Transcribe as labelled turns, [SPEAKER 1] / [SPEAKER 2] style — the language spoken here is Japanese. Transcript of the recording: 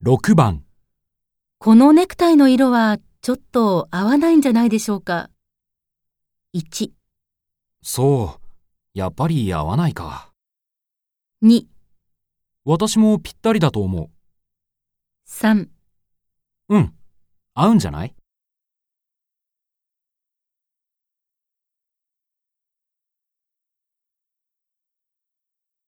[SPEAKER 1] 6番。
[SPEAKER 2] このネクタイの色はちょっと合わないんじゃないでしょうか。1、
[SPEAKER 1] そう、やっぱり合わないか。
[SPEAKER 2] 2、
[SPEAKER 1] 私もぴったりだと思
[SPEAKER 2] 3。
[SPEAKER 1] う。うん、合うんじゃない？